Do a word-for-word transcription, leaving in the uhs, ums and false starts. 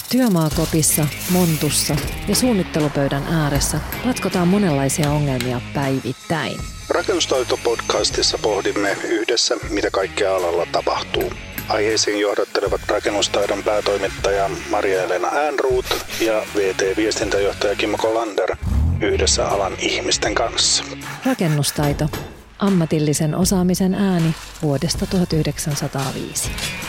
Työmaakopissa, montussa ja suunnittelupöydän ääressä ratkotaan monenlaisia ongelmia päivittäin. Rakennustaito-podcastissa pohdimme yhdessä, mitä kaikkea alalla tapahtuu. Aiheisiin johdattelevat rakennustaidon päätoimittaja Maria-Elena Äänruut ja V T-viestintäjohtaja Kimmo Kolander yhdessä alan ihmisten kanssa. Rakennustaito. Ammatillisen osaamisen ääni vuodesta tuhatyhdeksänsataaviisi.